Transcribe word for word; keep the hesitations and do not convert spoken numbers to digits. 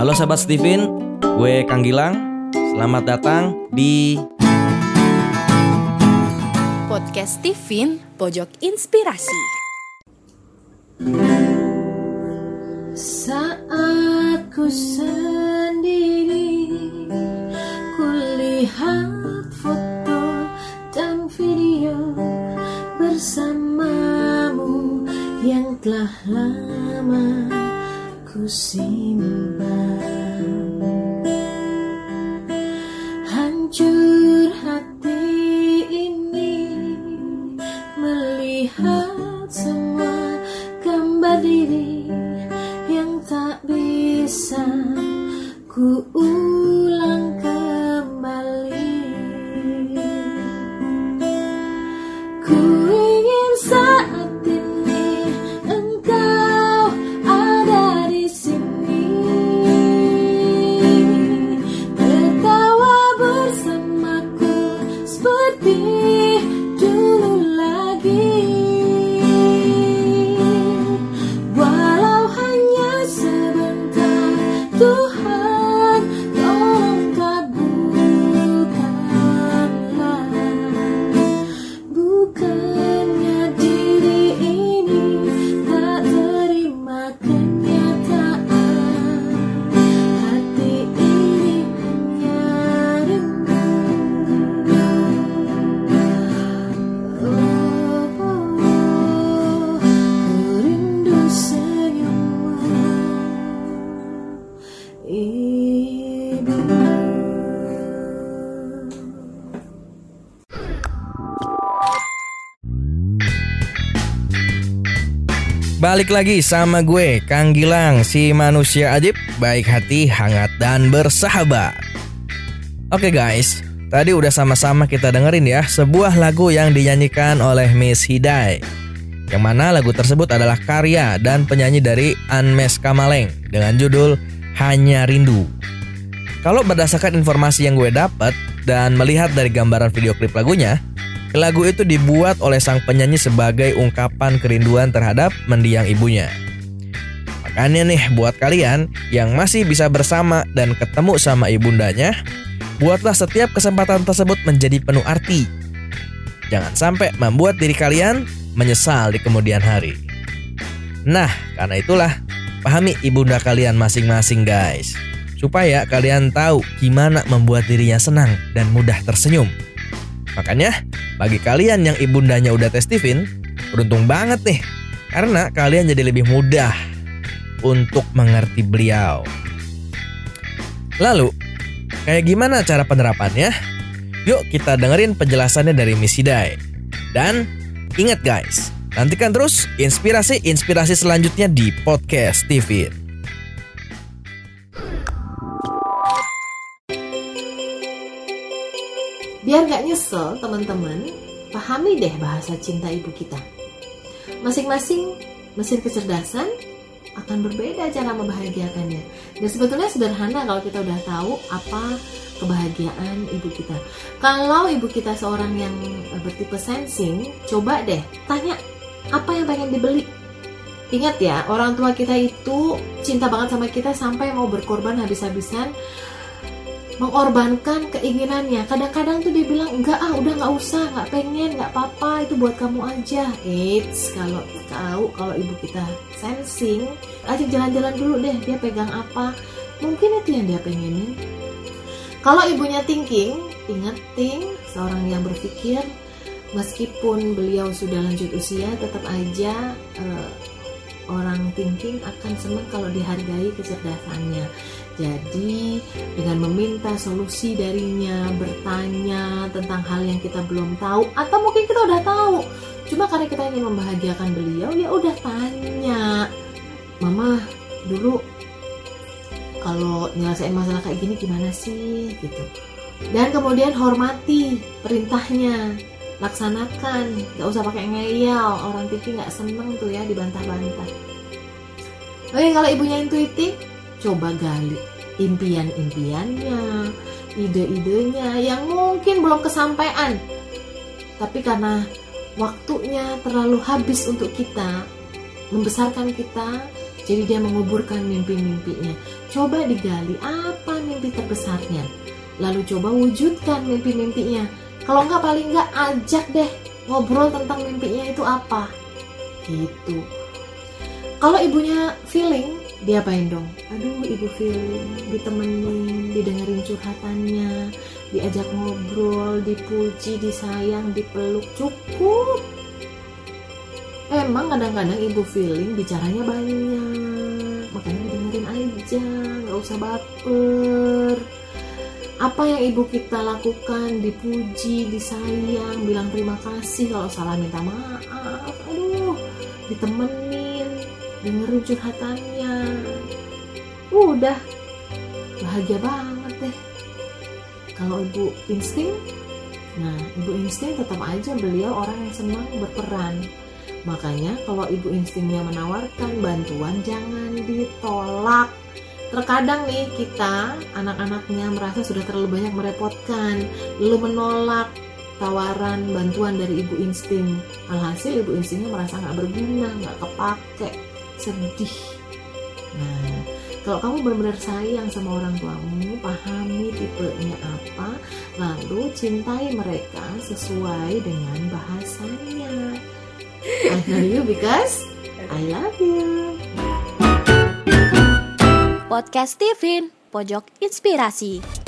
Halo sahabat Steven, gue Kang Gilang. Selamat datang di Podcast Steven, Pojok Inspirasi. Saat ku sendiri, kulihat foto dan video bersamamu yang telah lama ku simpan. Hancur hati ini melihat semua gambar diri yang tak bisa ku ulang kembali. Ku ingin saat ini engkau ada di sini, tertawa bersamaku seperti dulu lagi. Walau hanya sebentar, Tuhan tolong kabulkanlah. Bukannya diri ini tak terima kenyataan, hati ini hanya rindu. Oh, oh, rindu senyummu, Ibu. Balik lagi sama gue, Kang Gilang, si manusia ajaib, baik hati, hangat, dan bersahabat. Oke guys, tadi udah sama-sama kita dengerin ya sebuah lagu yang dinyanyikan oleh Miss Hidai, yang mana lagu tersebut adalah karya dan penyanyi dari Anmes Kamaleng dengan judul Hanya Rindu. Kalau berdasarkan informasi yang gue dapat dan melihat dari gambaran video klip lagunya, lagu itu dibuat oleh sang penyanyi sebagai ungkapan kerinduan terhadap mendiang ibunya. Makanya nih buat kalian yang masih bisa bersama dan ketemu sama ibundanya, buatlah setiap kesempatan tersebut menjadi penuh arti. Jangan sampai membuat diri kalian menyesal di kemudian hari. Nah, karena itulah pahami ibunda kalian masing-masing guys, supaya kalian tahu gimana membuat dirinya senang dan mudah tersenyum. Makanya, bagi kalian yang ibundanya udah tes Steven, beruntung banget nih, karena kalian jadi lebih mudah untuk mengerti beliau. Lalu, kayak gimana cara penerapannya? Yuk kita dengerin penjelasannya dari Miss Hidai. Dan ingat guys, nantikan terus inspirasi-inspirasi selanjutnya di Podcast Steven. Biar gak nyesel teman-teman, pahami deh bahasa cinta ibu kita. Masing-masing mesin kecerdasan akan berbeda cara membahagiakannya. Dan sebetulnya sederhana kalau kita udah tahu apa kebahagiaan ibu kita. Kalau ibu kita seorang yang bertipe sensing, coba deh tanya apa yang pengen dibeli. Ingat ya, orang tua kita itu cinta banget sama kita sampai mau berkorban habis-habisan, mengorbankan keinginannya. Kadang-kadang tuh dia bilang, enggak ah udah gak usah, gak pengen, gak apa-apa, itu buat kamu aja. Eits, kalau tahu kalau ibu kita sensing, ajak jalan-jalan dulu deh, dia pegang apa, mungkin itu yang dia pengenin. Kalau ibunya thinking, ingat think, seorang yang berpikir, meskipun beliau sudah lanjut usia, tetap aja uh, orang thinking akan senang kalau dihargai kecerdasannya. Jadi dengan meminta solusi darinya, bertanya tentang hal yang kita belum tahu, atau mungkin kita udah tahu, cuma karena kita ingin membahagiakan beliau, ya udah tanya, Mama dulu kalau nyelesain masalah kayak gini gimana sih gitu. Dan kemudian hormati perintahnya, laksanakan, gak usah pakai ngeyel. Orang thinking gak seneng tuh ya dibantah-bantah. Oke, kalau ibunya intuitif, coba gali impian-impiannya, ide-idenya yang mungkin belum kesampaian, tapi karena waktunya terlalu habis untuk kita, membesarkan kita, Jadi dia menguburkan mimpi-mimpinya. Coba digali apa mimpi terbesarnya, lalu coba wujudkan mimpi-mimpinya. Kalau enggak, paling enggak ajak deh ngobrol tentang mimpinya itu apa gitu. Kalau ibunya feeling, diapain dong? Aduh, ibu feeling, ditemenin, didengerin curhatannya, diajak ngobrol, dipuji, disayang, dipeluk, cukup. Emang kadang-kadang ibu feeling bicaranya banyak, makanya dengerin aja, nggak usah baper. Apa yang ibu kita lakukan, dipuji, disayang, bilang terima kasih, kalau salah minta maaf, aduh, ditemenin, dengerin curhatannya, udah bahagia banget deh. Kalau ibu insting, nah ibu insting tetap aja beliau orang yang senang berperan. Makanya kalau ibu instingnya menawarkan bantuan, jangan ditolak. Terkadang nih kita, anak-anaknya merasa sudah terlalu banyak merepotkan, lalu menolak tawaran bantuan dari ibu insting. Alhasil ibu instingnya merasa gak berguna, gak kepake, sedih. Nah, kalau kamu benar-benar sayang sama orang tuamu, pahami tipenya apa, lalu cintai mereka sesuai dengan bahasanya. I know you because I love you. Podcast Tiffin, Pojok Inspirasi.